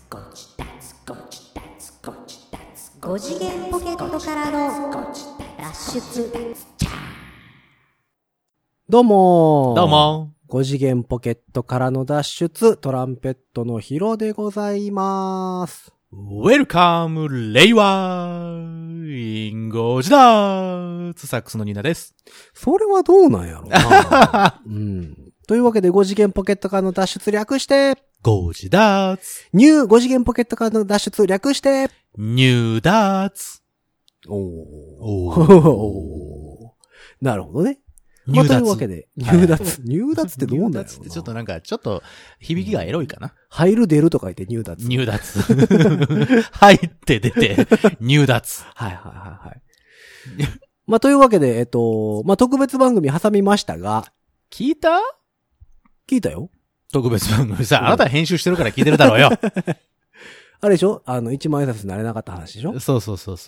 5次元ポケットからの脱出。 どうもー。 どうも。 5次元ポケットからの脱出、トランペットのヒロでございます。 ウェルカム、レイワー、インゴジダーツ、サックスのニーナです。 それはどうなんやろうな。というわけで5次元ポケットからの脱出略して、 ゴジダーツ、 ニュー5次元ポケットからの脱出略して、 ニューダーツ。 おー。なるほどね。 入脱。 というわけで、入脱。入脱ってどうなんだろうな。 入脱ってちょっとなんか、ちょっと響きがエロいかな。 入る出ると書いて入脱。 入脱。入って出て、入脱。 はいはいはいはい。というわけで、特別番組挟みましたが。 聞いたよ。 特別番組さ、あなた編集してるから聞いてるだろうよ。 あれでしょ一万円札になれなかった話でしょ。 そう。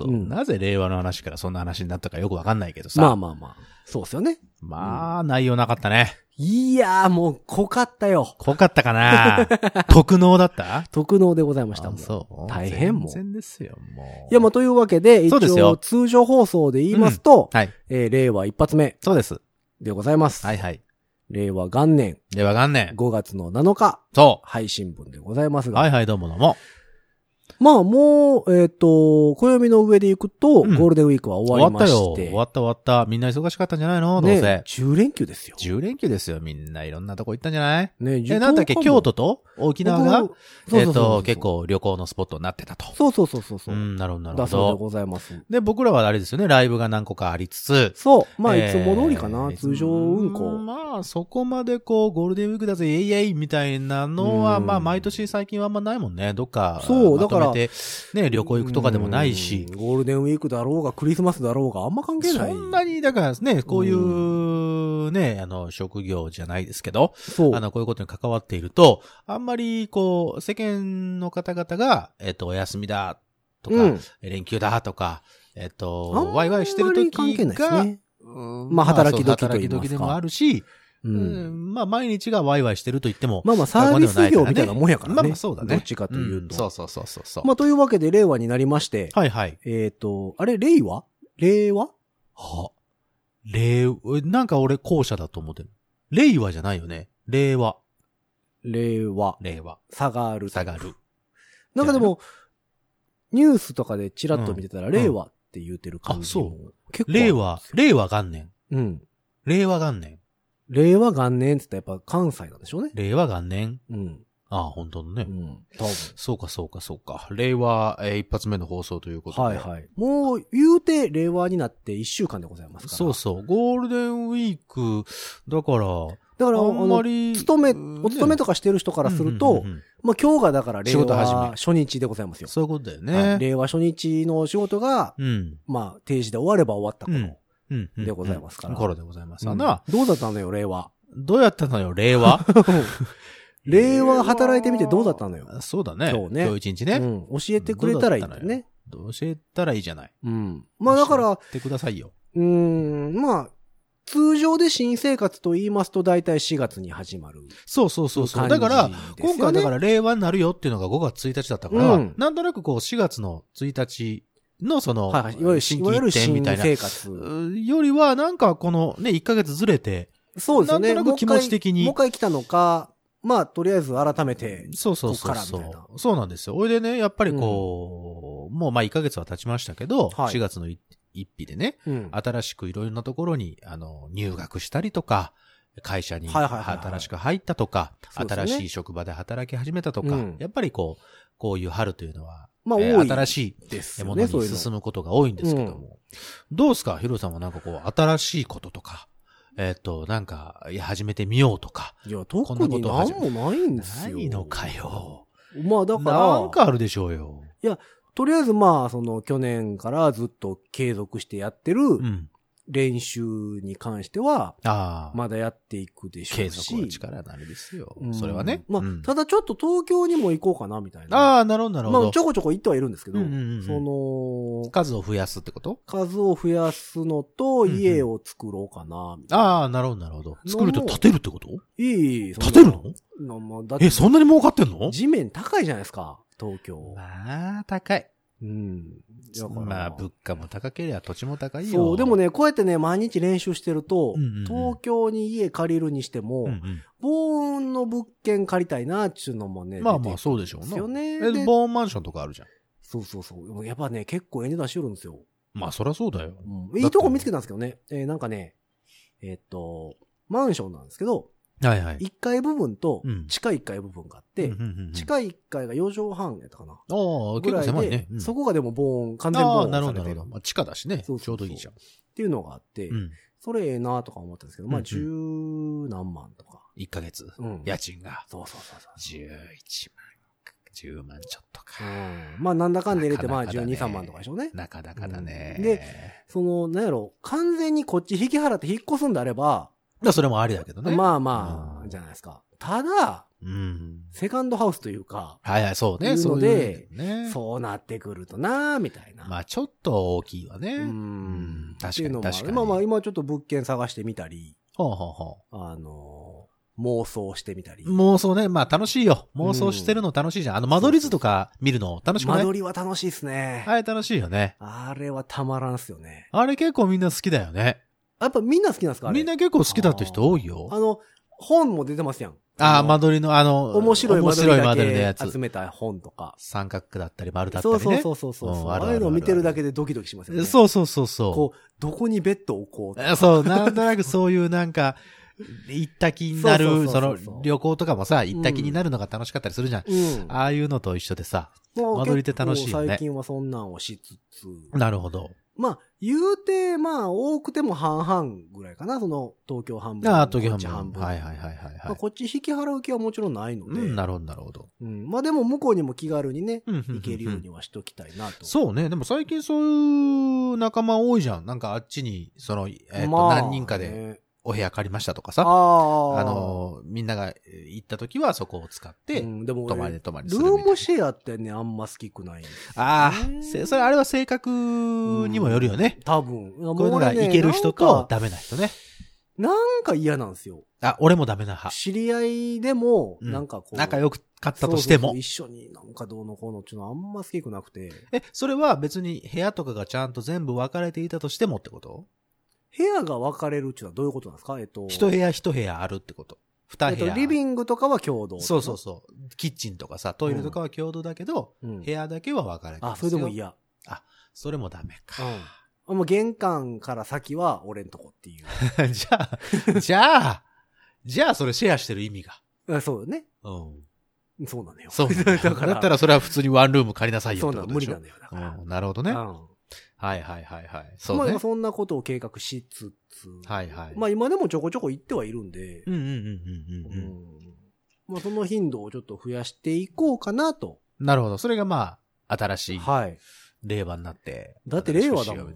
なぜ令和の話からそんな話になったかよくわかんないけどさ。 まあ。そうっすよね。 内容なかったね。 いやーもう濃かったよ。 濃かったかな特納だった特納でございました。 そう。 大変もう。 全然ですよ、もう。 いや、というわけで、一応通常放送で言いますと、 はい。 令和一発目。 そうです。 でございます。 はい。 令和元年。5月の7日。 そう。 配信分でございますが。 はい、どうもどうも。 もう、暦の上で行くと、ゴールデンウィークは終わりまして。 終わった。みんな忙しかったんじゃないのどうせ。 10連休ですよ。 10連休ですよ。みんないろんなとこ行ったんじゃないね、 なんだっけ、京都と沖縄がそう結構旅行のスポットになってたと。 そう。 なるほど。 だそうでございます。 で、僕らはあれですよね、ライブが何個かありつつ。 そう。いつも通りかな、通常運行。 そこまでゴールデンウィークだぜ、イエイみたいなのは、毎年最近はあんまないもんね。どっか、 そう、だから、 ね、旅行行くとかでもないし。 ゴールデンウィークだろうが、クリスマスだろうが、あんま関係ない。 そんなに、だからね、こういうね、職業じゃないですけど、 そう。 こういうことに関わっていると、あんまり、世間の方々が、お休みだ、とか、連休だ、とか、ワイワイしてる時が、 働き時と働き時でもあるし、毎日がワイワイしてると言っても。 サービス業みたいなもんやからね。 そうだね。 どっちかというと。 そう。 というわけで、令和になりまして。 はい。 あれ、令和なんか俺後者だと思ってる。令和じゃないよね。令和。下がる。 なんかでも、ニュースとかでチラッと見てたら、令和って言うてる感じ。 そう。結構。令和元年。令和元年。 令和元年って言ったらやっぱ関西なんでしょうね。 令和元年。本当だね。 多分。 そうか。令和、一発目の放送ということで。 はい。もう、言うて、令和になって1週間でございますから。 そう。ゴールデンウィーク、だから、 あんまり、お勤めとかしてる人からすると、今日がだから令和初日でございますよ。 そういうことだよね。 令和初日の仕事が、定時で終われば終わった頃でございますから。 頃でございます。どうだったのよ、令和。 どうやったのよ、令和令和働いてみてどうだったのよ。 そうだね。 今日ね。 今日一日ね。 教えてくれたらいいんだよね。 教えたらいいじゃない。 だから、 教えてくださいよ。 通常で新生活と言いますと大体4月に始まる。 そう。だから、今回だから令和になるよっていうのが5月1日だったから、なんとなく4月の1日のいわゆる新生活よりはなんかこのね、1ヶ月ずれて、 そうですね。 なんとなく気持ち的に。 もう一回来たのか、とりあえず改めて。 そう。そうなんですよ。おいでね、やっぱりもう1ヶ月は経ちましたけど、4月の一日でね、新しくいろいろなところに、入学したりとか、会社に新しく入ったとか、新しい職場で働き始めたとか、やっぱりこういう春というのは、新しいものに進むことが多いんですけども。どうすか、ヒロさんはなんか新しいこととか、なんか、始めてみようとか。 いや、特に何もないんですよ。 ないのかよ。 だから。 なんかあるでしょうよ。 いや、とりあえず去年からずっと継続してやってる、練習に関しては、まだやっていくでしょうし。 継続は力なりですよ。それはね。 ただちょっと東京にも行こうかな、みたいな。 なるほど。 ちょこちょこ行ってはいるんですけど、 数を増やすってこと？ 数を増やすのと、家を作ろうかな、みたいな。 なるほど。作ると建てるってこと？ いい。 建てるの？そんなに儲かってんの？ 地面高いじゃないですか。 東京。 まあ、高い。 うん。 まあ、物価も高ければ土地も高いよ。 そう、でもね、こうやってね、毎日練習してると、東京に家借りるにしても、防音の物件借りたいな、っていうのもね。 まあまあ、そうでしょうね。 ですよね。 防音マンションとかあるじゃん。 そう。やっぱね、結構値段しよるんですよ。 まあ、そりゃそうだよ。 いいとこ見つけたんですけどね。なんかね、マンションなんですけど、 はいはい。 1階部分と地下1階部分があって、地下1階が4畳半やったかな。 ああ、結構狭いね。 そこがでも防音、完全防音されてる。 なるほど、なるほど。まあ、地下だしね。ちょうどいいじゃん。 っていうのがあって、それええなとか思ったんですけど、まあ、10何万とか。 1ヶ月。家賃が。 そう。 11万。10万ちょっとか。 まあ、なんだかんで入れて、まあ、12、3万とかでしょうね。 なかなかだね。 で、なんやろ、完全にこっち引き払って引っ越すんであれば、 それもありだけどね。 まあまあ、じゃないですか。ただ、セカンドハウスというか、 はいはい、そうね。 そうで、そうなってくるとな、みたいな。 まあちょっと大きいわね。確かに確かに。 まあ今ちょっと物件探してみたり、 妄想してみたり。 妄想ね。まあ楽しいよ。妄想してるの楽しいじゃん。間取り図とか見るの楽しくない？ 間取りは楽しいっすね。 あれ楽しいよね。 あれはたまらんっすよね。 あれ結構みんな好きだよね。 やっぱみんな好きなんですか？ みんな結構好きだって人多いよ。 本も出てますやん。 間取りの面白い間取りのやつ集めた本とか。 三角だったり丸だったりね。 そう。ああいうのを見てるだけでドキドキしますよね。 そう。 こう、どこにベッドを置こう。 そう、なんとなくそういうなんか、行った気になる、その旅行とかもさ、行った気になるのが楽しかったりするじゃん。ああいうのと一緒でさ、間取りって楽しいよね。 最近はそんなんをしつつ。 なるほど。 まあ、言うて、まあ、多くても半々ぐらいかな、東京半分。 東京半分。はい。 まあ、こっち引き払う気はもちろんないので。 なるほど。 まあでも向こうにも気軽にね、行けるようにはしときたいなと。 そうね。でも最近そういう仲間多いじゃん。なんかあっちに、何人かでお部屋借りましたとかさ。みんなが行った時はそこを使って、 でも泊まりするみたいな。 ルームシェアってね、あんま好きくないんです。 それあれは性格にもよるよね。 多分。 こういうのがいける人とダメな人ね。 なんか嫌なんですよ。 俺もダメな派。 知り合いでも、なんかこう。 仲良く買ったとしても。 一緒になんかどうのこうのっていうのはあんま好きくなくて。 それは別に部屋とかがちゃんと全部分かれていたとしてもってこと？ 部屋が分かれるっていうのはどういうことなんですか？ 一部屋一部屋あるってこと。二部屋。 リビングとかは共同。 そう。キッチンとかさ、トイレとかは共同だけど、部屋だけは分かれてる。 それでも嫌。 それもダメか。 もう玄関から先は俺んとこっていう。 じゃあそれシェアしてる意味が。そうよね。そうなのよ。 そう。だったらそれは普通にワンルーム借りなさいよってことでしょ。 無理なんだよ。だから。 なるほどね。はい。そうね。 まあそんなことを計画しつつ。 はい。 まあ今でもちょこちょこ行ってはいるんで。まあその頻度をちょっと増やしていこうかなと。 なるほど。それがまあ、新しい。 はい。 令和になって。 だって令和だもん。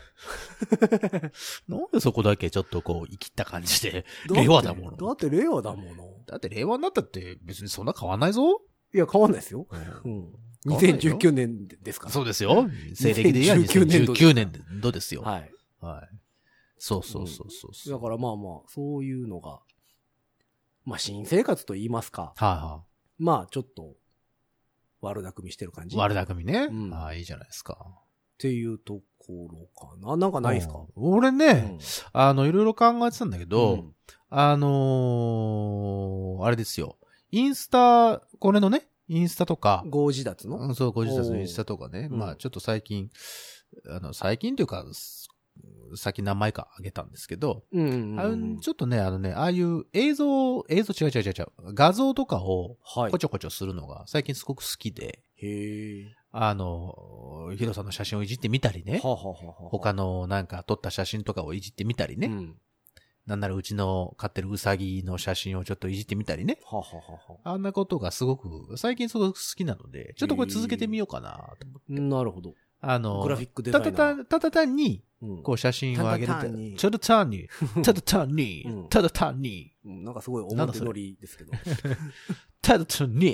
なんでそこだけちょっとこう、生きった感じで、令和だもの。 だって令和だもの。 だって令和になったって別にそんな変わんないぞ。 いや、変わんないですよ。2019年ですから。 そうですよ。西暦で言えば2019年度ですよ。はい。そう。 だからまあまあ、そういうのが、まあ新生活と言いますか。まあちょっと、悪巧みしてる感じ。 悪巧みね。いいじゃないですか。 っていうところかな。なんかないですか？ 俺ね、いろいろ考えてたんだけど、あれですよ。インスタ、これのね、インスタとか。 ご自立の？ そう、ご自立のインスタとかね。まあちょっと最近というか、さっき何枚かあげたんですけど、ちょっとね、ああいう映像違う。画像とかを、こちょこちょするのが最近すごく好きで、ヒロさんの写真をいじってみたりね、他のなんか撮った写真とかをいじってみたりね、なんならうちの飼ってるウサギの写真をちょっといじってみたりね、あんなことがすごく、最近すごく好きなので、ちょっとこれ続けてみようかなと思って。 なるほど。グラフィックデザイナー。ただ単に、こう写真を上げると。ただ単に。なんかすごい表乗りですけど。 ただに、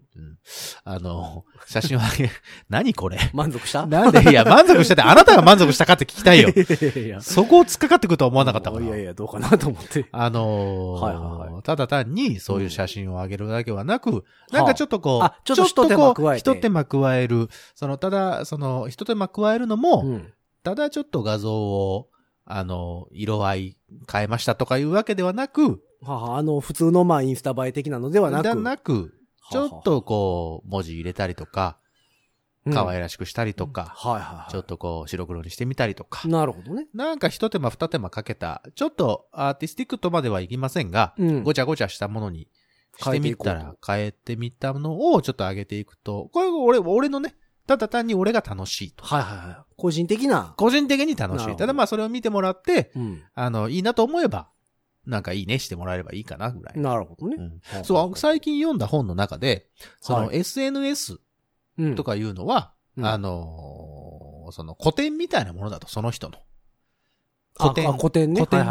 写真をあげ、何これ満足したなんで、いや、満足したって、あなたが満足したかって聞きたいよ。いやそこを突っかかってくるとは思わなかったから。 いやいや、どうかなと思って。 ただ単にそういう写真をあげるだけはなく、なんかちょっとこう、 ちょっと一手間加えて。 一手間加える。一手間加えるのも、ただちょっと画像を、色合い変えましたとかいうわけではなく、 普通のインスタ映え的なのではなく、 ちょっとこう、文字入れたりとか、可愛らしくしたりとか、ちょっとこう、白黒にしてみたりとか。 なるほどね。 なんか一手間二手間かけた、ちょっとアーティスティックとまではいきませんが、ごちゃごちゃしたものにしてみたら、変えてみたのをちょっと上げていくと、これ俺のね、ただ単に俺が楽しいと。 個人的に楽しい。ただそれを見てもらって、いいなと思えば、なんかいいねしてもらえればいいかなぐらい。 なるほどね。 そう、最近読んだ本の中で、SNS とかいうのは、その古典みたいなものだと、その人の。 古典ね。 展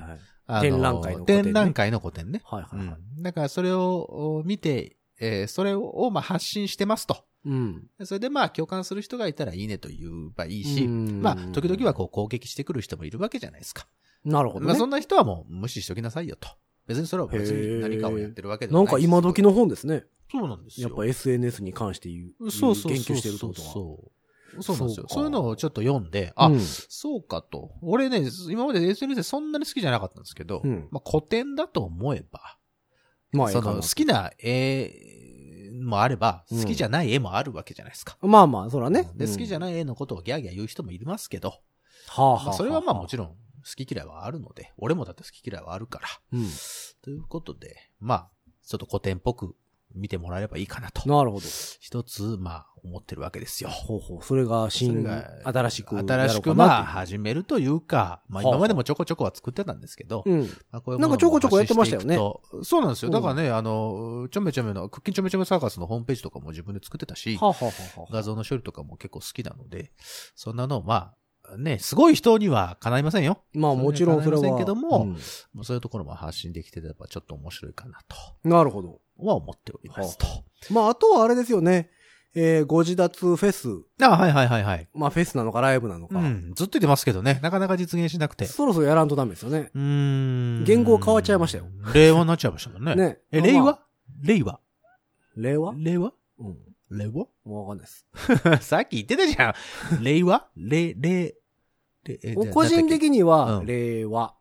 覧会の古典ね。だからそれを見て、それを発信してますと。それで共感する人がいたらいいねと言えばいいし、時々はこう攻撃してくる人もいるわけじゃないですか。 なるほどね。 そんな人はもう無視しときなさいよと。別にそれは別に何かをやってるわけではない。 なんか今時の本ですね。 そうなんですよ。 やっぱ SNS に関して言う。言及してるってことは。 そうなんですよ。そういうのをちょっと読んで、そうかと。俺ね、今まで SNS そんなに好きじゃなかったんですけど、古典だと思えば、好きな絵もあれば、好きじゃない絵もあるわけじゃないですか。 そらね。 で、好きじゃない絵のことをギャーギャー言う人もいますけど、それはもちろん、好き嫌いはあるので、俺もだって好き嫌いはあるから。ということで、ちょっと古典っぽく見てもらえればいいかなと。 なるほど。 一つ、思ってるわけですよ。 それが新しく始めるというか、今までもちょこちょこは作ってたんですけど、 なんかちょこちょこやってましたよね。 そうなんですよ。だからね、ちょめちょめの、クッキンちょめちょめサーカスのホームページとかも自分で作ってたし、画像の処理とかも結構好きなので、そんなのすごい人には叶いませんよ。 もちろんそれは。 叶いませんけども、そういうところも発信できてればちょっと面白いかなと。 なるほど。 は思っておりますと。 あとはあれですよね。ご自立フェス。フェスなのかライブなのか。 ずっと言ってますけどね。なかなか実現しなくて。 そろそろやらんとダメですよね。言語変わっちゃいましたよ。 令和になっちゃいましたもんね。令和令和わかんないです。 さっき言ってたじゃん。令和個人的には、令和。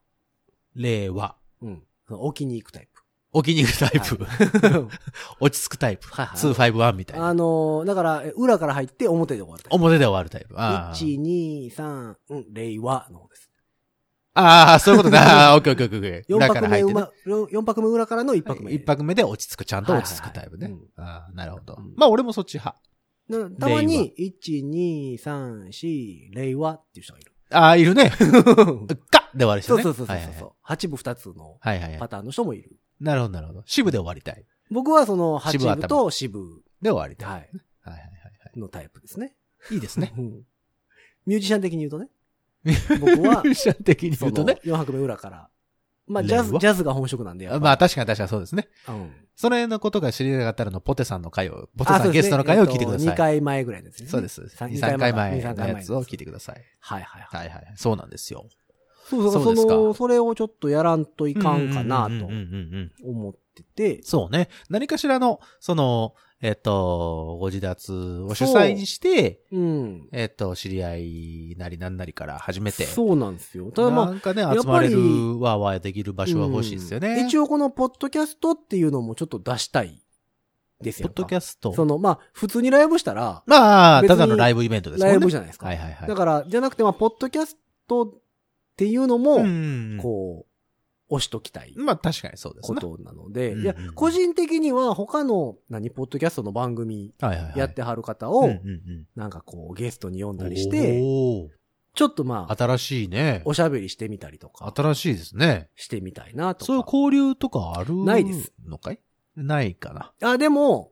置きに行くタイプ。 置きに行くタイプ。落ち着くタイプ。251みたいな。 だから、裏から入って表で終わるタイプ。 表で終わるタイプ。 1、2、3、令和の方です。 そういうことだ。オッケー。 4拍目裏からの1拍目。 1拍目で落ち着く、ちゃんと落ち着くタイプね。なるほど。俺もそっち派。 たまに、1、2、3、4、令和っていう人がいる。 いるね。で終わる人ね。 そう。8部2つのパターンの人もいる。 なるほど。支部で終わりたい。 僕はその8部と支部で終わりたい。 のタイプですね。 いいですね。 ミュージシャン的に言うとね。僕は、 ミュージシャン的に言うとね。 4拍目裏から。ジャズが本職なんで。 確かにそうですね。その辺のことが知りたかったらポテさんの回を、ポテさんゲストの回を聞いてください。 2回前ぐらいですね。 そうです。3回前のやつを聞いてください。そうなんですよ。 それをちょっとやらんといかんかなと思ってて。 そうね。何かしらの、ご自立を主催にして、知り合いなりなんなりから始めて。 そうなんですよ。ただなんかね、集まれるワーワーできる場所は欲しいですよね。 一応このポッドキャストっていうのもちょっと出したいですよ。 ポッドキャスト普通にライブしたら。 ただのライブイベントですね。 ライブじゃないですか。だから、じゃなくてポッドキャストっていうのも、押しときたい。 確かにそうですね。 ことなので、個人的には他の、ポッドキャストの番組、やってはる方を、なんかゲストに呼んだりして、ちょっと新しいね。 おしゃべりしてみたりとか。 新しいですね。 してみたいなとか。 そういう交流とかあるのかい？ ないです。 ないかな。 でも、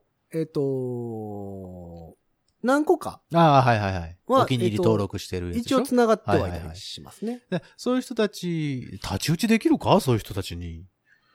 何個か。 お気に入り登録してるやつでしょ。 一応繋がってはいたりしますね。 そういう人たち、太刀打ちできるか？そういう人たちに。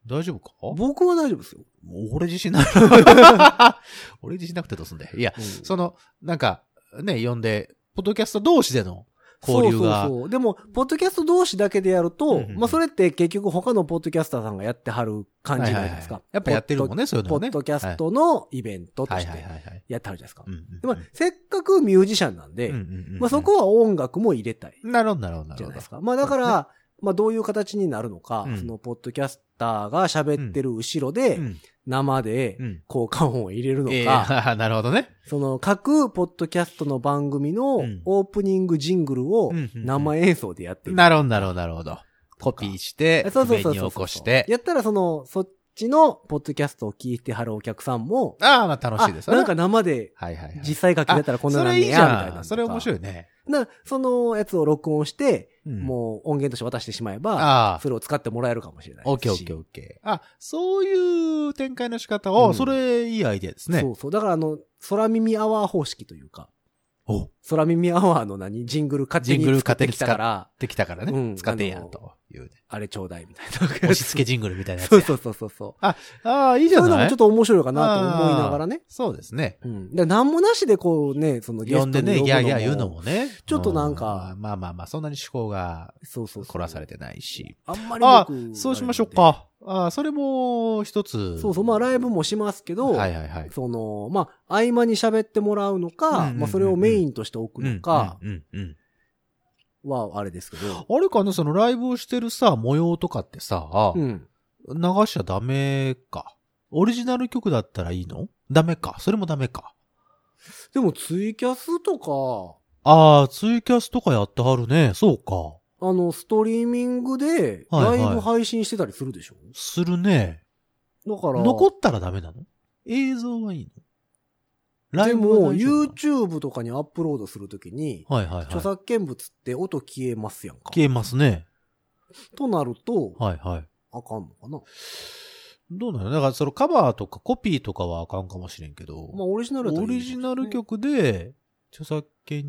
大丈夫か？ 僕は大丈夫ですよ。 俺自信ない。俺自信なくてどうすんだよ。いや、なんか、ね、呼んで、ポッドキャスト同士での交流が。 そう。でも、ポッドキャスト同士だけでやると、まあ、それって結局他のポッドキャスターさんがやってはる感じじゃないですか。 やっぱやってるもんね、そういうのね。 ポッドキャストのイベントとしてやってはるじゃないですか。でも、せっかくミュージシャンなんで、まあ、そこは音楽も入れたい。 なるほど、なるほど。 じゃないですか。まあ、だから、まあ、どういう形になるのか、その、ポッドキャスターが喋ってる後ろで、生で、効果音を入れるのか。 なるほどね。 その、各ポッドキャストの番組のオープニングジングルを生演奏でやってる。 なるほど、なるほど、なるほど。コピーして、上に起こして。 やったらそっちのポッドキャストを聞いてはるお客さんも、 まあ楽しいですね。 なんか生で、実際書き出たらこんななんねや、みたいな。 それ面白いね。 そのやつを録音して、もう音源として渡してしまえば、それを使ってもらえるかもしれないし。 オッケーオッケーオッケー。そういう展開の仕方を、それいいアイデアですね。 そう。だから空耳アワー方式というか、空耳アワーのジングル勝手に作ってきたから。 できたからね。使ってんやんというね。 あれちょうだいみたいな。押し付けジングルみたいなやつ。 そう。 いいじゃない。 そういうのもちょっと面白いかなと思いながらね。 そうですね。 で、なんもなしでこうね、そのゲストに呼んでね、いや言うのもね。 ちょっとなんか。 まあ、そんなに思考が、凝らされてないし。 あんまりそうしましょうか。それも一つ。 そう、まあライブもしますけど、その、まあ、合間に喋ってもらうのか、まあそれをメインとして置くのか、はあれですけど。 あれかな、そのライブをしてるさ、模様とかってさ、流しちゃダメか。オリジナル曲だったらいいの？ダメか。それもダメか。 でもツイキャスとか。 ツイキャスとかやってはるね。そうか。 ストリーミングで、ライブ配信してたりするでしょ？ するね。 だから。 残ったらダメなの？映像はいいの？ でも、YouTube とかにアップロードするときに、著作権物って音消えますやんか。 消えますね。 となると、あかんのかな。 どうなの？だからそのカバーとかコピーとかはあかんかもしれんけど、 まあオリジナル曲で著作権、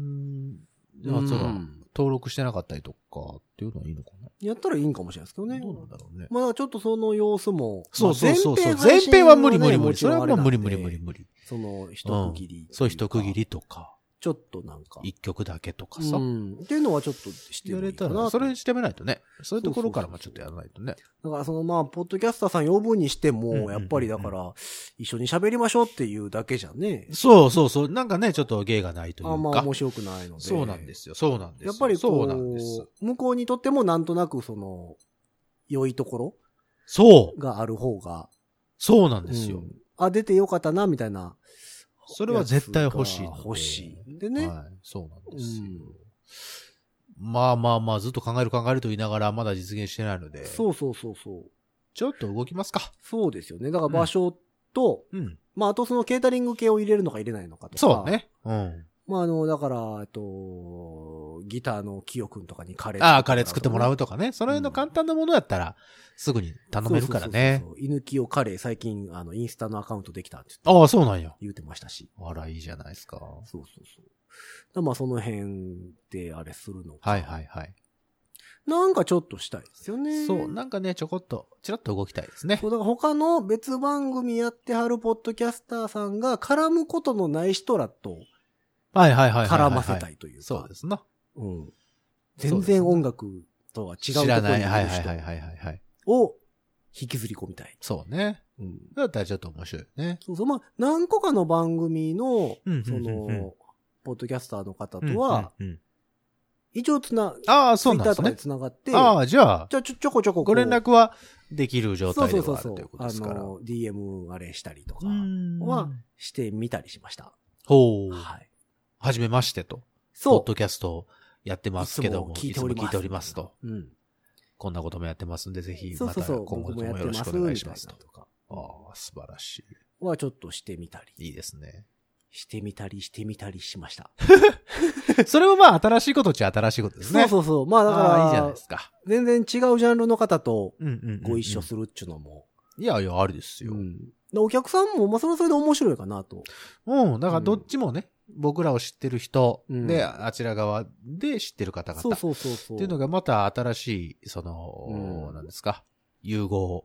登録してなかったりとかっていうのはいいのかな？ やったらいいんかもしれないですけどね。 どうなんだろうね。 まあちょっとその様子も。 そう。前編は無理。それはもう無理。 その一区切り。 そう一区切りとか。 ちょっとなんか。 一曲だけとかさ。 っていうのはちょっとしてみたら。 それしてみないとね。そういうところからもちょっとやらないとね。 だからまあ、ポッドキャスターさん呼ぶにしても、やっぱりだから、一緒に喋りましょうっていうだけじゃね。 そう。なんかね、ちょっと芸がないというか。 まあ面白くないので。 そうなんですよ。 やっぱりこう、向こうにとってもなんとなく良いところがある方が。 そうなんですよ。 出てよかったな、みたいな。 それは絶対欲しい。 欲しい。でね。 そうなんですよ。まあ、ずっと考えると言いながらまだ実現してないので。 そう。ちょっと動きますか。 そうですよね。だから場所と、まあ、あとそのケータリング系を入れるのか入れないのかとか。 そうね。 まあ、だから、ギターのキヨくんとかにカレー作ってもらうとかね。それの簡単なものやったら、すぐに頼めるからね。 犬キヨカレー最近、インスタのアカウントできたって言って。そうなんや。 言うてましたし。 あら、いいじゃないですか。 そう。まあ、その辺であれするのか。 はい。 なんかちょっとしたいですよね。 そう、なんかね、ちらっと動きたいですね。 そう、だから他の別番組やってはるポッドキャスターさんが絡むことのない人らと、絡ませたいというか。 そうですな。 全然音楽とは違うところにいる人を引きずり込みたい。 そうね。だったらちょっと面白いね。 そう。まあ、何個かの番組の、ポッドキャスターの方とは、一応そうなんですね。 Twitter とかで繋がって、 じゃあ、 ちょこちょこ。 ご連絡はできる状態ではあるということですから。 DM あれしたりとかはしてみたりしました。 ほう。はじめましてと。ポッドキャストやってますけども、いつも聞いておりますと。こんなこともやってますんで、ぜひ、また今後ともよろしくお願いしますと。素晴らしい。 はちょっとしてみたり。 いいですね。 してみたりしました。 それもまあ新しいことっちゃ新しいことですね。 そう。まあだから、 いいじゃないですか。 全然違うジャンルの方とご一緒するっちゅうのも。 いや、ありですよ。 お客さんも、まあそれで面白いかなと。 だからどっちもね、僕らを知ってる人で、あちら側で知ってる方々。そう。っていうのがまた新しい、なんですか、融合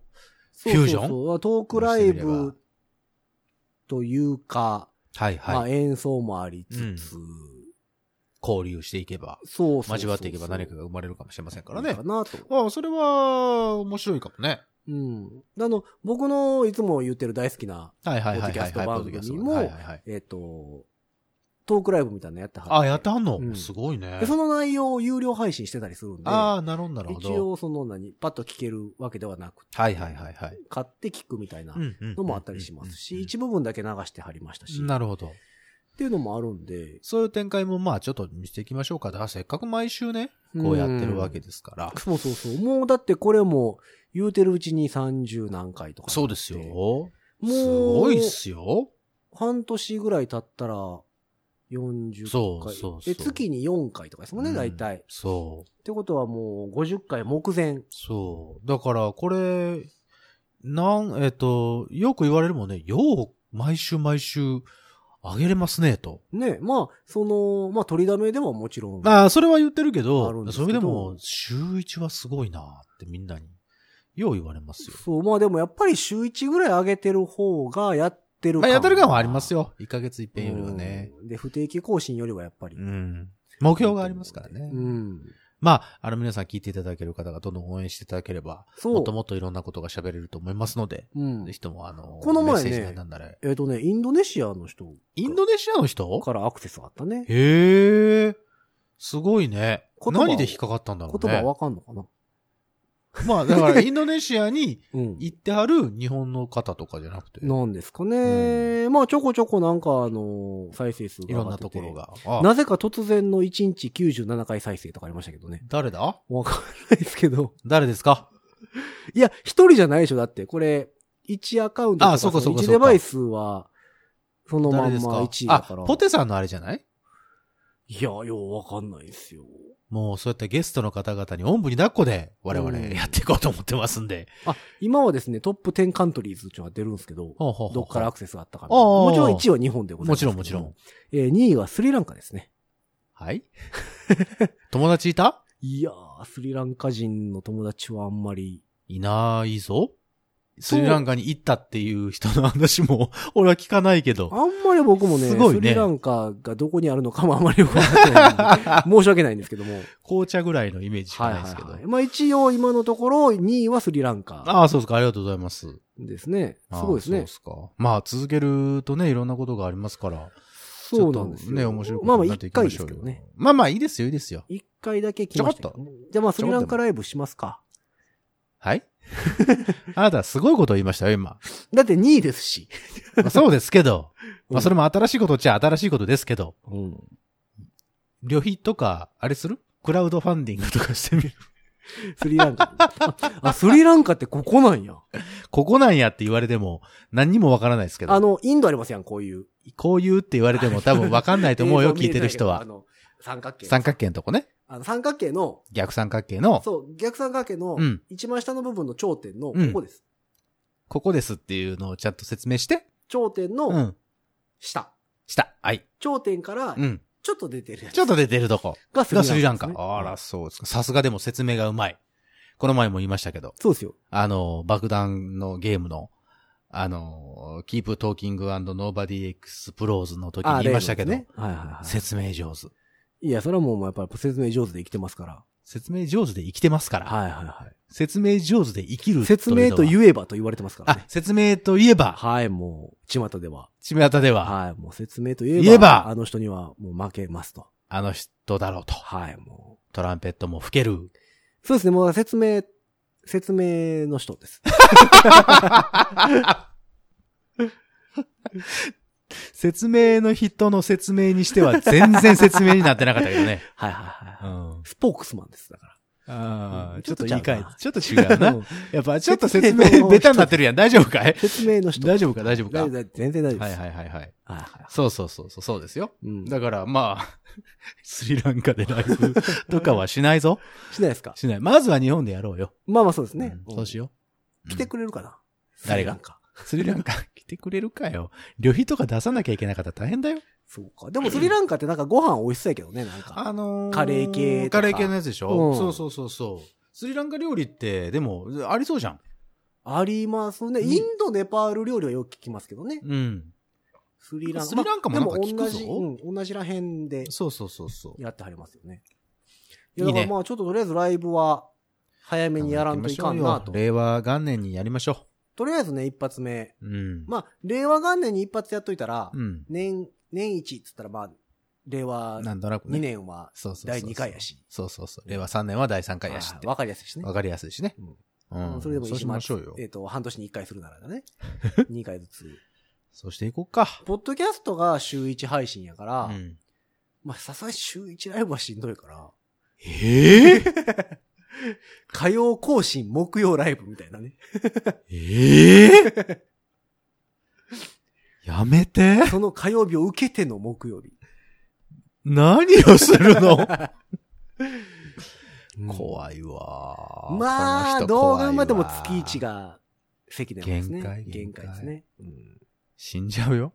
フュージョン？ そうトークライブというか、 はいはい。 まあ演奏もありつつ、 交流していけば、交わっていけば何かが生まれるかもしれませんからね。 かなと。 それは面白いかもね。 僕のいつも言ってる大好きな、 ポッドキャスト番組も、トークライブみたいなのやってはって。やってはんの、すごいね。 で、その内容を有料配信してたりするんで。 なるほど。 一応パッと聞けるわけではなくて。 買って聞くみたいなのもあったりしますし、一部分だけ流してはりましたし。 なるほど。 っていうのもあるんで。 そういう展開もちょっと見せていきましょうか。せっかく毎週ね、こうやってるわけですから。 そう。もうだってこれも言うてるうちに30何回とか。 そうですよ。もう。すごいっすよ。 半年ぐらい経ったら40回。そう。月に4回とかですもんね、大体。 そう。 ってことはもう50回目前。 そう。だからこれ、よく言われるもんね、毎週あげれますね、と。 ね、取りだめではもちろん。 それは言ってるけど、それでも、週1はすごいなってみんなに、よう言われますよ。 そう、でもやっぱり週1ぐらい上げてる方がやってる感。やってる感はありますよ。1ヶ月一遍よりはね。 で、不定期更新よりはやっぱり。 目標がありますからね。皆さん聞いていただける方がどんどん応援していただければ、もっともっといろんなことが喋れると思いますので、ぜひともこの前ね、インドネシアの人からアクセスがあったね。 へー。すごいね。何で引っかかったんだろうね。 言葉わかんのかな。 だからインドネシアに行ってはる日本の方とかじゃなくて。 なんですかね。ちょこちょこ再生数がいろんなところが。 なぜか突然の1日97回再生とかありましたけどね。 誰だ？ わかんないですけど。 誰ですか？ いや、一人じゃないでしょ。だって、これ、1アカウントとか1デバイスは、そのまんま1位だから。 ポテさんのあれじゃない？ いや、ようわかんないですよ。 もうそうやってゲストの方々におんぶに抱っこで我々やっていこうと思ってますんで。 今はですね、トップ10カントリーズっていうのが出るんですけど、どっからアクセスがあったかな。もちろん1位は日本でございます。 もちろん。 2位はスリランカですね。 はい。友達いた？ いやー、スリランカ人の友達はあんまり。 いないぞ。スリランカに行ったっていう人の話も、俺は聞かないけど。 あんまり僕もね、スリランカがどこにあるのかもあまりよくわからない。申し訳ないんですけども。 紅茶ぐらいのイメージしかないですけど。 一応今のところ2位はスリランカ。 そうですか。ありがとうございます。 ですね。すごいですね。 そうですか。続けるとね、いろんなことがありますから。 そうなんですよ。 ね、面白いことになっていきましょうよ。 1回ですけどね。 いいですよ。 1回だけ来ました。ちょっと。じゃあスリランカライブしますか。 はいあなたすごいことを言いましたよ、今。 だって2位ですし。 そうですけど。それも新しいことっちゃ新しいことですけど。旅費とか、あれする？クラウドファンディングとかしてみる。 スリランカ。スリランカってここなんや。 ここなんやって言われても、何にもわからないですけど。 インドありますやん、こういう。 こういうって言われても多分わかんないと思うよ、聞いてる人は。 三角形。 三角形のとこね。 三角形の。 逆三角形の。 そう、逆三角形の、一番下の部分の頂点の、ここです。 ここですっていうのをちゃんと説明して。 頂点の、下。 下。はい。 頂点から、ちょっと出てるやつ。 ちょっと出てるとこ。 がスリランカ。 あら、そうですか。さすがでも説明がうまい。この前も言いましたけど。 そうですよ。 爆弾のゲームの、Keep Talking and Nobody Explodes の時に言いましたけど。説明上手。 いや、それはもうやっぱり説明上手で生きてますから。 説明上手で生きてますから。 はいはいはい。 説明上手で生きる。 説明と言えばと言われてますからね。 説明と言えば。 はい、もう、巷では。 はい、 もう説明と言えば。あの人にはもう負けますと。 あの人だろうと。 はい、もう。 トランペットも吹ける。 そうですね、もう説明の人です。 説明の人の説明にしては全然説明になってなかったけどね。 はいはいはい。スポークスマンです、だから。 ちょっと言い換え、ちょっと違うな。やっぱちょっと説明ベタになってるやん。大丈夫かい？ 説明の人。 大丈夫か？ 全然大丈夫です。 はい。そうですよ。だからスリランカでライブとかはしないぞ。 しないですか？ しない。まずは日本でやろうよ。 そうですね。 そうしよう。来てくれるかな？ 誰が？スリランカ来てくれるかよ。旅費とか出さなきゃいけなかったら大変だよ。 そうか。でもスリランカってご飯美味しそうやけどね、カレー系とか。 カレー系のやつでしょ？そう。スリランカ料理って、でも、ありそうじゃん。 ありますね。インド、ネパール料理はよく聞きますけどね。 うん。 スリランカ。 スリランカもなんか聞くぞ。 でも同じら辺で。 そう。 やってはりますよね。いや、だからまあちょっととりあえずライブは早めにやらんといかんなと。 令和元年にやりましょう。 とりあえずね、一発目。 うん。 まあ、令和元年に一発やっといたら、 うん、 年一っつったらまあ、令和2年は第2回やし。 そう。令和3年は第3回やしって。 わかりやすいしね。 わかりやすいしね。 うん。それでもいいしましょうよ。 半年に1回するならだね。2回ずつ。 そうしていこうか。 ポッドキャストが週1配信やから、まあ、さすがに週1ライブはしんどいから。火曜更新、木曜ライブみたいなね。 やめて。 その火曜日を受けての木曜日。 何をするの怖いわ。 まあ、どう頑張っても月1が関でですね。限界ですね。 死んじゃうよ。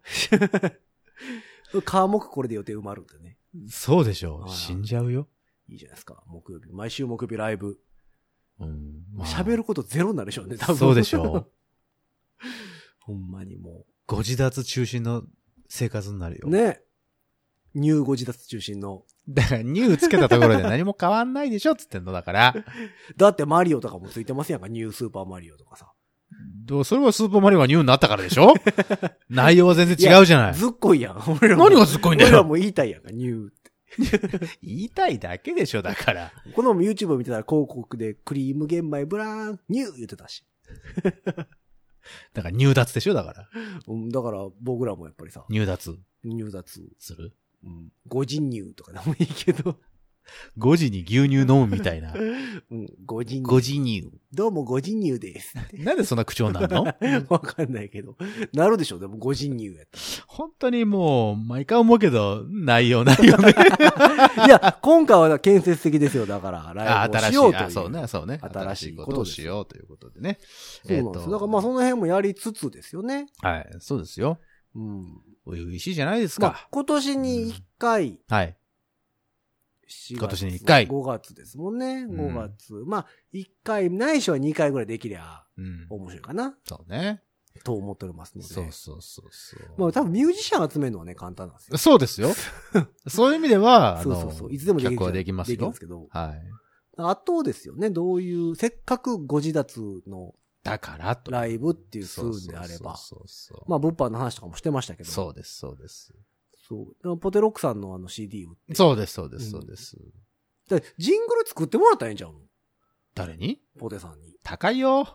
火木これで予定埋まるんでね。 そうでしょう。死んじゃうよ。 いいじゃないですか。木曜日。毎週木曜日ライブ。喋ることゼロになるでしょうね、多分。 そうでしょう。 ほんまにもう。 ご自立中心の生活になるよ。 ね。ニューご自立中心の。 だから、ニューつけたところで何も変わんないでしょっつってんのだから。 だってマリオとかもついてますやんか。ニュースーパーマリオとかさ。 それはスーパーマリオがニューになったからでしょ内容は全然違うじゃない。 ずっこいやん。 何がずっこいんだよ。 俺らも言いたいやんか、ニューって。 言いたいだけでしょ、だから。 この YouTube を見てたら広告でクリーム玄米ブラーン、ニュー言ってたし。 だから入脱でしょ、だから。 だから僕らもやっぱりさ。 入脱する。 5 時乳とかでもいいけど。 5時に牛乳飲むみたいな。 5時乳。 どうも5時乳です。 なんでそんな口調になるのわかんないけど。なるでしょ、でも5時乳やった。 本当にもう、毎回思うけど、ないよね。 いや、今回は建設的ですよ、だから。ライブをしようという。 そうね。新しいことをしようということでね。 そうなんです。だからまあその辺もやりつつですよね。 はい、そうですよ。おいしいじゃないですか。 今年に1回。 はい。 今年に1回。 5月ですもんね。5月。まあ、1回、ないしは2回ぐらいできりゃ、面白いかな。 そうね。 と思っておりますので。 そう。 まあ多分ミュージシャン集めるのはね、簡単なんですよ。 そうですよ。そういう意味では、 そう。いつでもできますよ。 できるんですけど。 はい。 あとですよね、どういう、せっかくご自立の、 だからと。 ライブっていう風であれば。まあ物販の話とかもしてましたけど。 そうです。 そう。ポテロックさんのCD 売って。 そうです。 ジングル作ってもらったらええんちゃうの？ 誰に？ ポテさんに。 高いよ。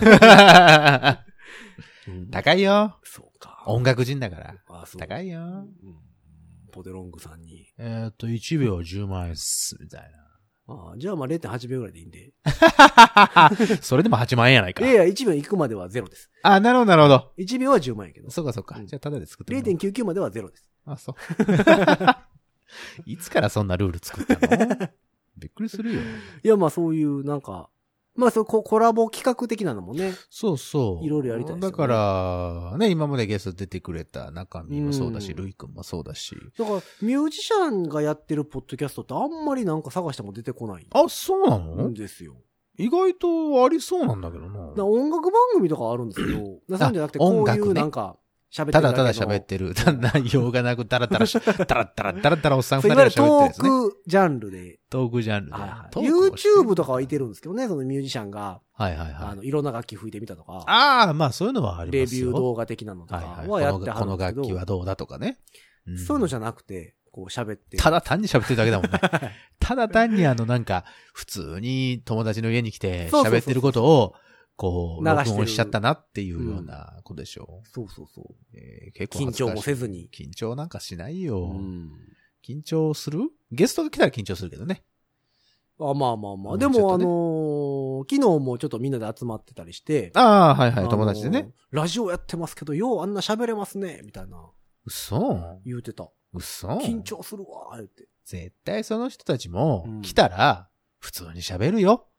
高いよ。 そうか。 音楽人だから。高いよ。 ポテロングさんに。 1秒10万円っす、みたいな。 じゃあまあ 0.8 秒ぐらいでいいんで。 それでも8万円やないか。 いや、1秒行くまではゼロです。 なるほど。 1秒は10万円けど。 そうか。じゃあただで作っても 0.99 まではゼロです。 そう。いつからそんなルール作ったの？びっくりするよ。 いや、まあそういうなんか、まあそうコラボ企画的なのもね。 そう。 いろいろやりたいですよね。 だから、ね、今までゲスト出てくれた中身もそうだし、ルイ君もそうだし。 だから、ミュージシャンがやってるポッドキャストってあんまりなんか探しても出てこない。 そうなの？ んですよ。 意外とありそうなんだけどな。 音楽番組とかあるんですけど、そうじゃなくてこういうなんか、喋ってるただ喋ってる。内容がなく、ダラダラおっさん二人が喋ってるんですね。 トークジャンルで。YouTube とかはいてるんですけどね、そのミュージシャンが。いろんな楽器吹いてみたとか。 まあそういうのはありますよ。 レビュー動画的なのとかはやってはるんですけど。 この楽器はどうだとかね。 そういうのじゃなくて、こう喋って。 ただ単に喋ってるだけだもんね。ただ単になんか、普通に友達の家に来て喋ってることを、こう、録音しちゃったなっていうようなことでしょう。 そう。 結構緊張もせずに。 緊張なんかしないよ。緊張する？ゲストが来たら緊張するけどね。 まあ。でも、昨日もちょっとみんなで集まってたりして。 友達でね。 ラジオやってますけど、ようあんな喋れますね、みたいな。 嘘？ 言うてた。 嘘？ 緊張するわ、言って。 絶対その人たちも、来たら、普通に喋るよ。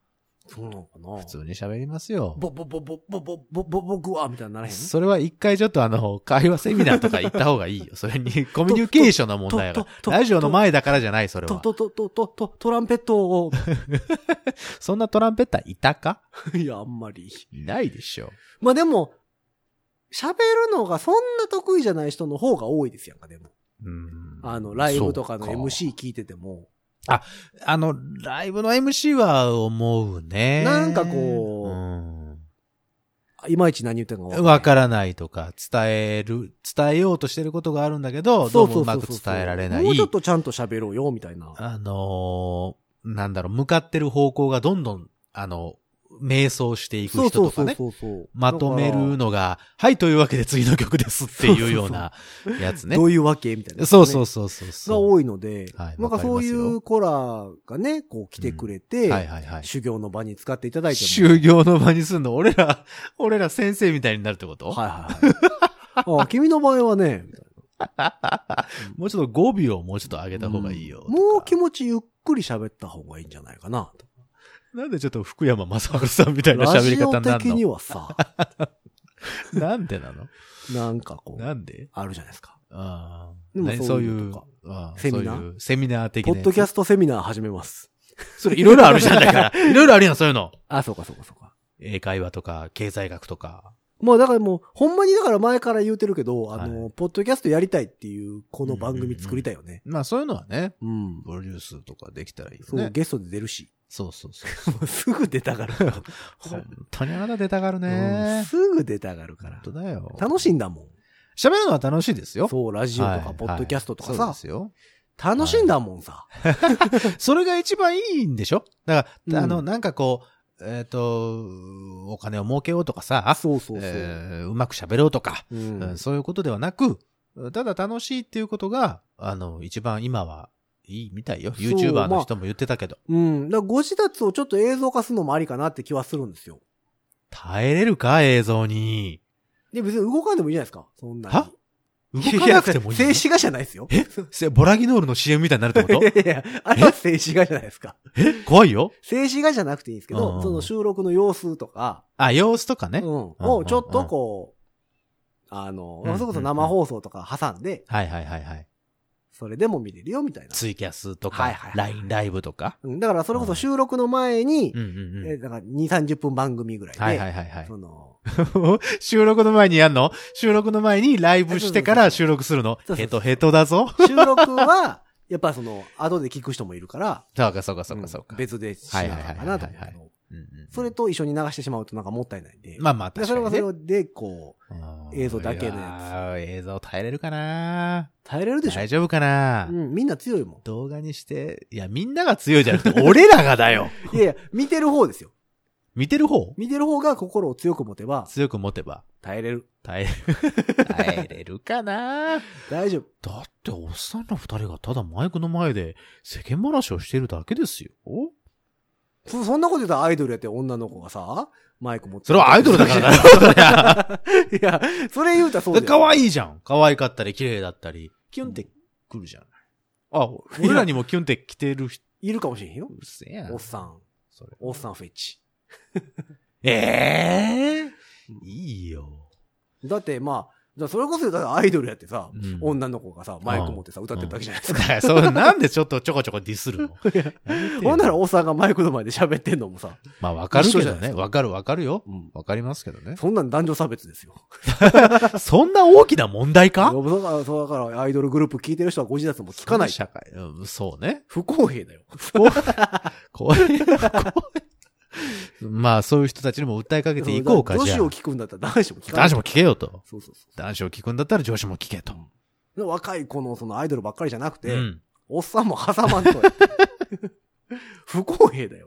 そうなのかな。 普通に喋りますよ。 僕はみたいにならへん。 それは一回ちょっと会話セミナーとか行った方がいいよ。それにコミュニケーションの問題が。ラジオの前だからじゃない、それは。 トランペットを。 そんなトランペッターいたか？ いや、あんまり。 いないでしょ。 まあでも、喋るのがそんな得意じゃない人の方が多いですやんか、でも。ライブとかの MC 聞いてても。 ライブの MC は思うね。 なんかこう、いまいち何言ってるのかわからないとか、伝えようとしてることがあるんだけど、どうもうまく伝えられない。 もうちょっとちゃんと喋ろうよ、みたいな。 なんだろう、向かってる方向がどんどん、迷走していく人とかね。まとめるのが、はい、というわけで次の曲ですっていうようなやつね。 どういうわけみたいな、ね。 そう。 が多いので、はい、なんかそういうコラがね、こう来てくれて、修行の場に使っていただいても。 修行の場にすんの俺ら先生みたいになるってこと？ はい。君の場合はね、みたいな。もうちょっと語尾をもうちょっと上げた方がいいよ。 もう気持ちゆっくり喋った方がいいんじゃないかなと。 なんでちょっと福山雅治さんみたいな喋り方になるの？ラジオ的にはさ。 なんでなの？ なんかこう。 なんで？ あるじゃないですか。 でもそういうセミナー？ セミナー的な。 ポッドキャストセミナー始めます。 それいろいろあるじゃんだから。いろいろあるやん、そういうの。 そうか。 英会話とか、経済学とか。 まあだからもう、ほんまにだから前から言うてるけど、ポッドキャストやりたいっていう、この番組作りたいよね。 まあそういうのはね。プロデュースとかできたらいいよね。 そう、ゲストで出るし。 そう。 すぐ出たがるから。 本当にあなた出たがるね。 すぐ出たがるから。 本当だよ。 楽しいんだもん。 喋るのは楽しいですよ。 そう、ラジオとか、ポッドキャストとかさ。 そうですよ。 楽しいんだもんさ。 それが一番いいんでしょ？だから、なんかこう、お金を儲けようとかさ。 そう。 うまく喋ろうとか、そういうことではなく、ただ楽しいっていうことが、一番今はいいみたいよ。YouTuber の人も言ってたけど。 だからご自立をちょっと映像化するのもありかなって気はするんですよ。 耐えれるか映像に。 で、別に動かんでもいいじゃないですか。そんなに。 は？動かなくてもいいの？ 静止画じゃないですよ。 ボラギノールの CM みたいになるってこと？ いや、あれは静止画じゃないですか。 怖いよ。 静止画じゃなくていいんですけど、その収録の様子とか。 様子とかね。 をちょっとこう、それこそ生放送とか挟んで。 はい。 それでも見れるよ、みたいな。 ツイキャスとか、LINE ライブとか。 だからそれこそ収録の前に、だから2、30分番組ぐらいで。 はい。収録の前にやんの？収録の前にライブしてから収録するの？ヘトだぞ。 収録は、やっぱ後で聞く人もいるから。 そうか。 別でしながらかなと思うけど。それと一緒に流してしまうとなんかもったいないんで。 まあ確かに、ね。 それはそれで、こう、映像だけのやつ。映像耐えれるかな？ 耐えれるでしょ？ 大丈夫かな？ みんな強いもん。 動画にして、いや、みんなが強いじゃなくて、俺らがだよ。 いや、見てる方ですよ。 見てる方が心を強く持てば。 耐えれる。耐えれるかな？ 大丈夫。 だって、おっさんら二人がただマイクの前で世間話をしてるだけですよ。 そんなこと言ったらアイドルやって女の子がさ、マイク持って。 それはアイドルだからだよ。いや、それ言うたらそうだよ。 可愛いじゃん。可愛かったり、綺麗だったり、キュンってくるじゃん。俺らにもキュンって来てる人。 いるかもしれんよ。 うるせえやん。 おっさんフェチ。 いいよ。 だってまあ、それこそアイドルやってさ、女の子がさ、マイク持ってさ、歌ってるだけじゃないですか。 そう、なんでちょこちょこディスるの？ ほんならおっさんがマイクの前で喋ってんのもさ。 まあわかるけどね。わかるよ。わかりますけどね。 そんなん男女差別ですよ。 そんな大きな問題か？ そうだからアイドルグループ聞いてる人はご自立も聞かない。 社会。そうね。 不公平だよ。 怖い。まあ、そういう人たちにも訴えかけていこうか、 じゃあ。女子を聞くんだったら男子も聞かない。 男子も聞けよと。 そう。 男子を聞くんだったら女子も聞けと。 若い子のアイドルばっかりじゃなくて、おっさんも挟まんとやって。不公平だよ。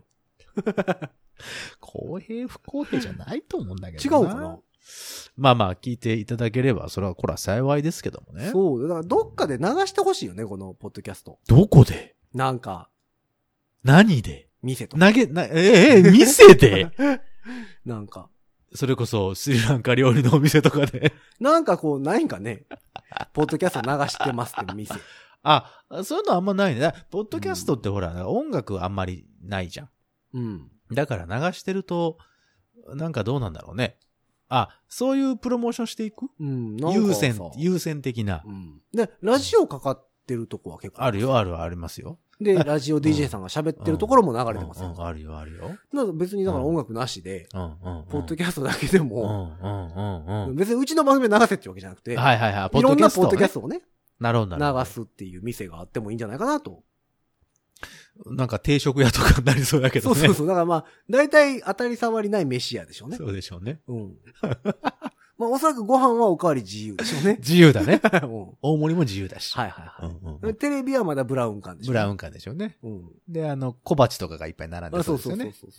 公平不公平じゃないと思うんだけど。 違うかな？ まあ、聞いていただければ、それはこれは幸いですけどもね。 そう。だからどっかで流してほしいよね、このポッドキャスト。 どこで？ なんか。 何で？ 店とか。 店でなんか。 それこそスリランカ料理のお店とかで。 なんかこう、ないんかね。ポッドキャスト流してますって店。 そういうのあんまないね。ポッドキャストってほら、音楽あんまりないじゃん。 うん。 だから流してると、なんかどうなんだろうね。あ、そういうプロモーションしていく？ うん。 優先的な。 うん。で、ラジオかかってるとこは結構あるよ、ありますよ。 で、ラジオ DJ さんが喋ってるところも流れてますよ。 あるよ。 別にだから音楽なしで、 ポッドキャストだけでも、別にうちの番組で流せってわけじゃなくて、いろんなポッドキャストをね、流すっていう店があってもいいんじゃないかなと。 なんか定食屋とかになりそうだけどね。 そう。だからまあ、大体当たり障りない飯屋でしょうね。 そうでしょうね。 うん。まあ、おそらくご飯はおかわり自由でしょうね。 自由だね。大盛りも自由だし。 はい。テレビはまだブラウン管でしょうね。 ブラウン管でしょうね。 うん。 で、小鉢とかがいっぱい並んでるんですよね。 そう。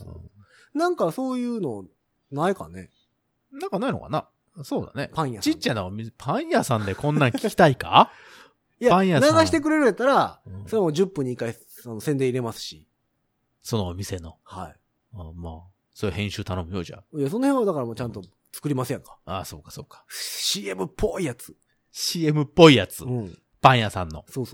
なんかそういうの、ないかね。 なんかないのかな？そうだね。 パン屋さん。 ちっちゃなパン屋さんでこんなん聞きたいか？ いや、流してくれるやったら、それも10分に1回、宣伝入れますし。 そのお店の。 はい。 まあ、それ編集頼むよ、じゃあ。 いや、その辺はだからもうちゃんと作りますやんか。 そうか。 CM っぽいやつ。 CM っぽいやつ。 うん。 パン屋さんの。 そう。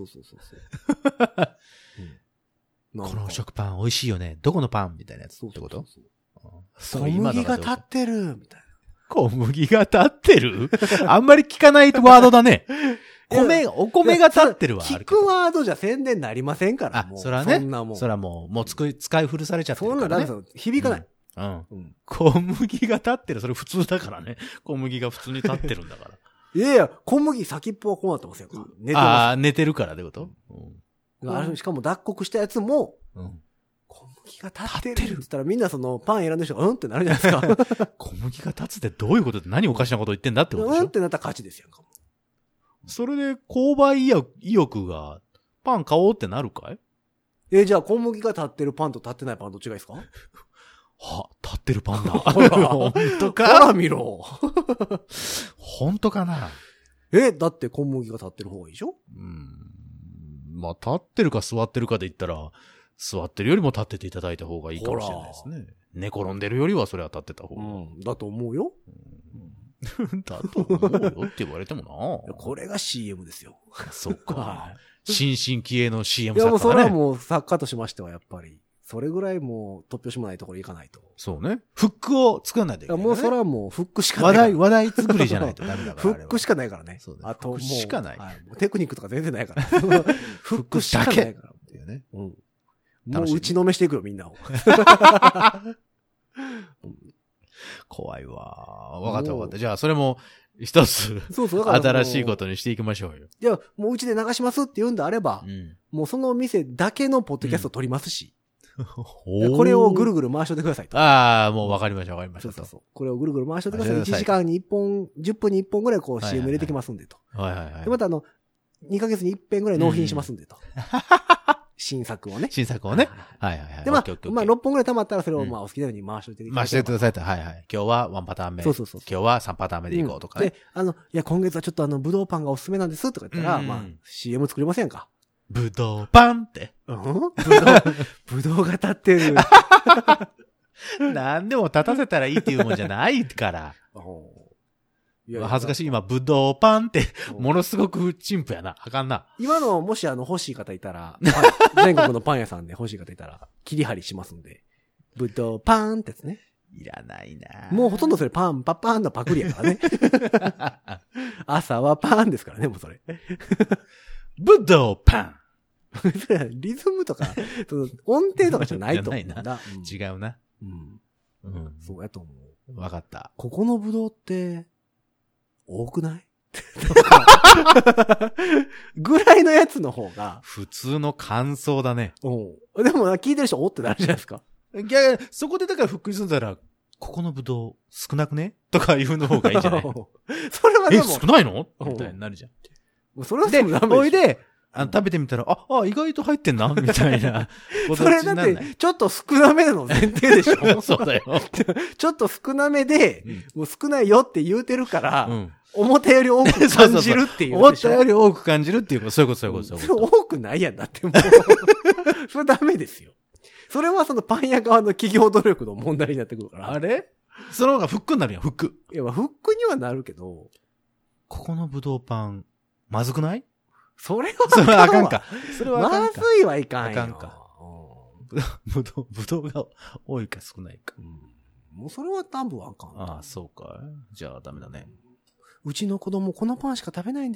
この食パン美味しいよね。どこのパンみたいなやつってこと小麦が立ってるみたいな。 小麦が立ってるあんまり聞かないワードだね。お米が立ってるわ。 聞くワードじゃ宣伝になりませんから。 そらね。そらもう使い古されちゃってるからね。 そんな響かない。 小麦が立ってる。それ普通だからね。小麦が普通に立ってるんだから。 いや、小麦先っぽはこうなってますよ。寝てます。 寝てるからってこと？ しかも脱穀したやつも、小麦が立ってるって言ったらみんなそのパン選んでる人がってなるじゃないですか。 小麦が立つってどういうことで何おかしなこと言ってんだってことでしょ？ ってなったら勝ちですよ。 それで購買意欲がパン買おうってなるかい？じゃあ小麦が立ってるパンと立ってないパンどっちがいいですか？ 立ってるパンだ。 本当か？ほら見ろ。 本当かな？ だって小麦が立ってる方がいいでしょ？ まあ、立ってるか座ってるかで言ったら、座ってるよりも立ってていただいた方がいいかもしれないですね。寝転んでるよりはそれは立ってた方が。 だと思うよ。 だと思うよって言われてもな。 これが CM ですよ。 そっか。新進気鋭の CM 作家だね。 いやもうそれはもう作家としましてはやっぱり、それぐらいもう突拍子もないところ行かないと。 そうね。フックを作らないといけない、ね。 もうそれはもうフックしかない。 話題作りじゃないとダメだから。 フックしかないからね。 そうあともう。フックしかない。 テクニックとか全然ないから。フックしかないから。っていうね。もう打ちのめしていくよ、みんなを。 怖いわ。わかった。じゃあ、それも、一つ、新しいことにしていきましょうよ。 いや、もううちで流しますって言うんであれば、もうその店だけのポッドキャストを撮りますし、これをぐるぐる回しといてくださいと。 もうわかりました。 そう。これをぐるぐる回しといてください。1時間に1本、10分に1本ぐらいこう CM 入れてきますんでと。で、また2ヶ月に1遍ぐらい納品しますんでと。新作をね。 はい。 で、まあ、6本ぐらい溜まったらそれをお好きなように回しといて回してくださいと。はい。今日は1パターン目。そう。今日は3パターン目でいこうとかね。 で、いや、今月はちょっとぶどうパンがおすすめなんですとか言ったら、まあ、CM 作りませんか。 ぶどうパンって。 ぶどうが立ってる。 何でも立たせたらいいっていうもんじゃないから。恥ずかしい。今、ぶどうパンって、ものすごく陳腐やな。あかんな。 今の、もし欲しい方いたら、全国のパン屋さんで欲しい方いたら、切り張りしますんで。ぶどうパンってやつね。 いらないな。 もうほとんどそれパンのパクリやからね。朝はパンですからね、もうそれ。 ぶどうパン。 リズムとか、音程とかじゃないと思うんだ。 違うな。 そうやと思う。わかった。 ここのぶどうって、多くないぐらいのやつの方が。 普通の感想だね。 でも聞いてる人おってなるじゃないですか。 いや、そこでだからふっくりすんだら、ここのぶどう少なくねとか言うの方がいいんじゃないそれはでも。 少ないのみたいになるじゃん。 もうそれはでもおいで、食べてみたら、意外と入ってんなみたいな。 それだって、ちょっと少なめの前提でしょそうだよ。 ちょっと少なめで、もう少ないよって言うてるから、思ったより多く感じるっていう。 思ったより多く感じるっていう、そういうこと。 それ多くないやんだってもう。それダメですよ。それはそのパン屋側の企業努力の問題になってくるから。 あれその方がフックになるやん、フック。 いや、フックにはなるけど。 ここのぶどうパン、まずくないそれはあかんか。それはあかんか。 まずいはいかんよ。 あかんか。 ぶどうが多いか少ないか。 もうそれは多分あかん。 ああ、そうか。じゃあダメだね。 うちの子供このパンしか食べないんです。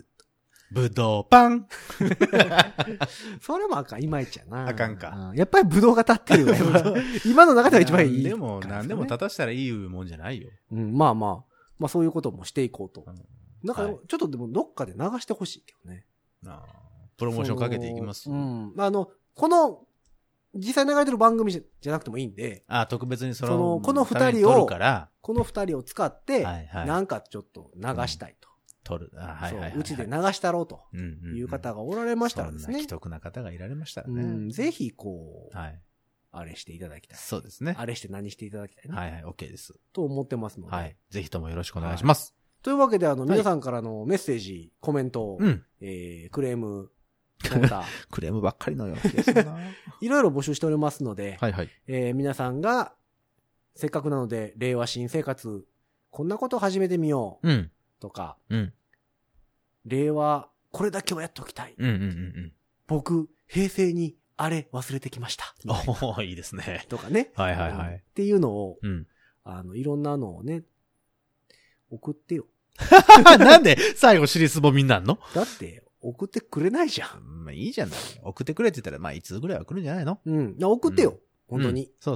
ぶどうパンそれもあかん、いまいちやな。 あかんか。 やっぱりぶどうが立ってるよね。今の中では一番いい。 でも、何でも立たしたらいいもんじゃないよ。 まあまあそういうこともしていこうと。なんか、ちょっとでもどっかで流してほしいけどね。 プロモーションかけていきます。 この、実際流れてる番組じゃなくてもいいんで。 特別にこの二人を使って、なんかちょっと流したいと。うちで流したろうという方がおられましたらですね。 既得な方がいられましたらね。 ぜひあれしていただきたい。 そうですね。 あれして何していただきたいね。 はいはい、OK です。 と思ってますので。 はい。ぜひともよろしくお願いします。 というわけで、皆さんからのメッセージ、コメント、クレーム、 クレームばっかりのような気がするな。 いろいろ募集しておりますので、 はいはい。 皆さんが、せっかくなので、令和新生活、こんなことを始めてみよう。とか、令和、これだけはやっておきたい。僕、平成にあれ忘れてきました。 いいですね。 とかね。 はいはいはい。 っていうのを、いろんなのをね、送ってよ。 なんで最後尻すぼみになるの？ だって、送ってくれないじゃん。 まあいいじゃない。送ってくれって言ったら、まあいつぐらいは来るんじゃないの？ 送ってよ。本当に。 そう。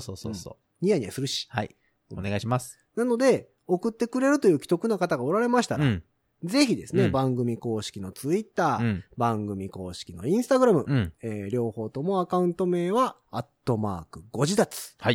ニヤニヤするし。 はい。お願いします。 なので、送ってくれるという既得な方がおられましたら、ぜひですね、番組公式のツイッター、番組公式のインスタグラム、両方ともアカウント名は、@ご自立。 はい。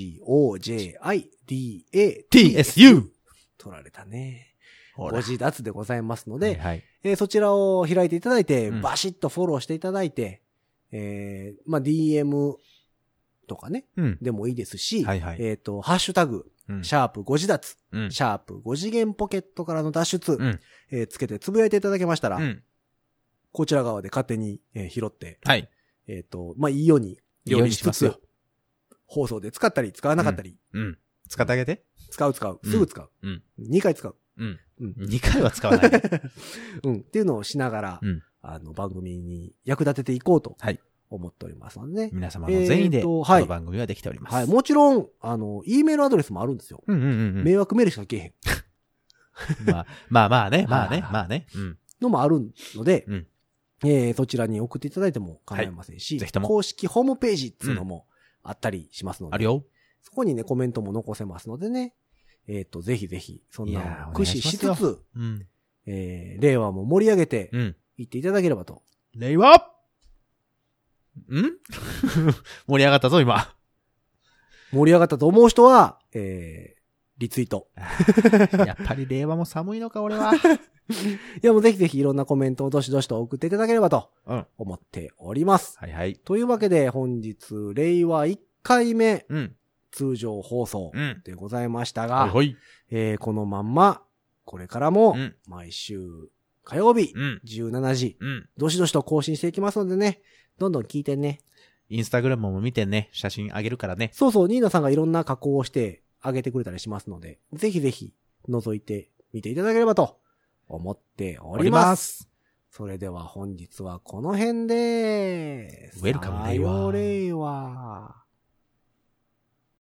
GOJIDATSU。取られたね。ご自立でございますので、そちらを開いていただいて、バシッとフォローしていただいて、DM とかね、でもいいですし、ハッシュタグ、シャープご自立、シャープ5次元ポケットからの脱出、つけてつぶやいていただけましたら、こちら側で勝手に拾って、いいように料理しつつ、放送で使ったり使わなかったり、 使ってあげて。 使う。すぐ使う。2回使う。 2回は使わない。 っていうのをしながら、番組に役立てていこうと思っておりますのでね。 皆様の善意で、この番組はできております。 はい。もちろん、E メールアドレスもあるんですよ。迷惑メールしかけへん。 まあね。 のもあるので、そちらに送っていただいても構いませんし、公式ホームページっていうのもあったりしますので、 あるよ。 そこにね、コメントも残せますのでね、ぜひぜひ、そんな駆使しつつ、令和も盛り上げて、いっていただければと。 令和盛り上がったぞ、今。 盛り上がったと思う人は、リツイート。 やっぱり令和も寒いのか、俺は。 いや、もうぜひぜひいろんなコメントをどしどしと送っていただければと、思っております。 はいはい。 というわけで、本日、令和1回目、通常放送でございましたが、このまんま、これからも、毎週火曜日、17時、どしどしと更新していきますのでね、どんどん聞いてね。 インスタグラムも見てね、写真あげるからね。 そう、ニーナさんがいろんな加工をしてあげてくれたりしますので、ぜひぜひ覗いてみていただければと思っております。それでは本日はこの辺でーす。 ウェルカム令和。 令和。